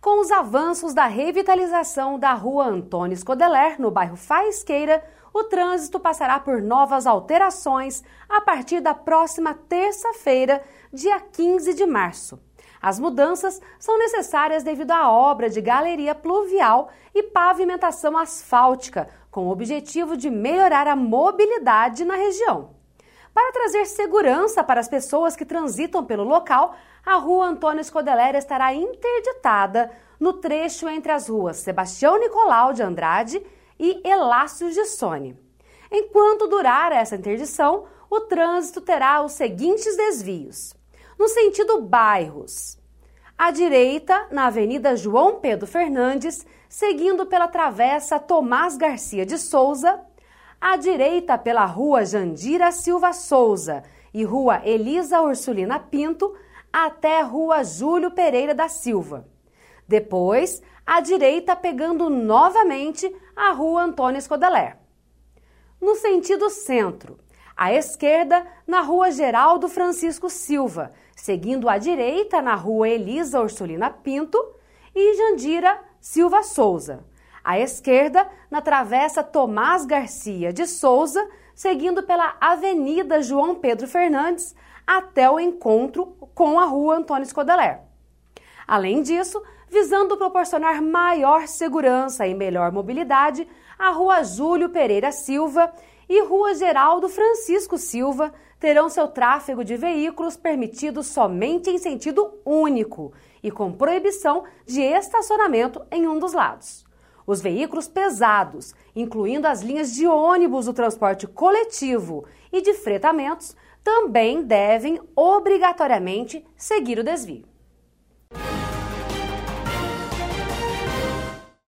Com os avanços da revitalização da Rua Antônio Scodeler, no bairro Faisqueira, o trânsito passará por novas alterações a partir da próxima terça-feira, dia 15 de março. As mudanças são necessárias devido à obra de galeria pluvial e pavimentação asfáltica, com o objetivo de melhorar a mobilidade na região. Para trazer segurança para as pessoas que transitam pelo local, a Rua Antônio Scodeler estará interditada no trecho entre as ruas Sebastião Nicolau de Andrade e Elácio Gissoni. Enquanto durar essa interdição, o trânsito terá os seguintes desvios. No sentido bairros, à direita, na Avenida João Pedro Fernandes, seguindo pela Travessa Tomás Garcia de Souza, à direita pela Rua Jandira Silva Souza e Rua Elisa Ursulina Pinto, até Rua Júlio Pereira da Silva. Depois, à direita, pegando novamente a Rua Antônio Scodeler. No sentido centro, à esquerda, na Rua Geraldo Francisco Silva, seguindo à direita na Rua Elisa Ursulina Pinto e Jandira Silva Souza. À esquerda, na Travessa Tomás Garcia de Souza, seguindo pela Avenida João Pedro Fernandes, até o encontro com a Rua Antônio Scodeler. Além disso, visando proporcionar maior segurança e melhor mobilidade, a Rua Júlio Pereira Silva e Rua Geraldo Francisco Silva terão seu tráfego de veículos permitido somente em sentido único e com proibição de estacionamento em um dos lados. Os veículos pesados, incluindo as linhas de ônibus do transporte coletivo e de fretamentos, também devem obrigatoriamente seguir o desvio.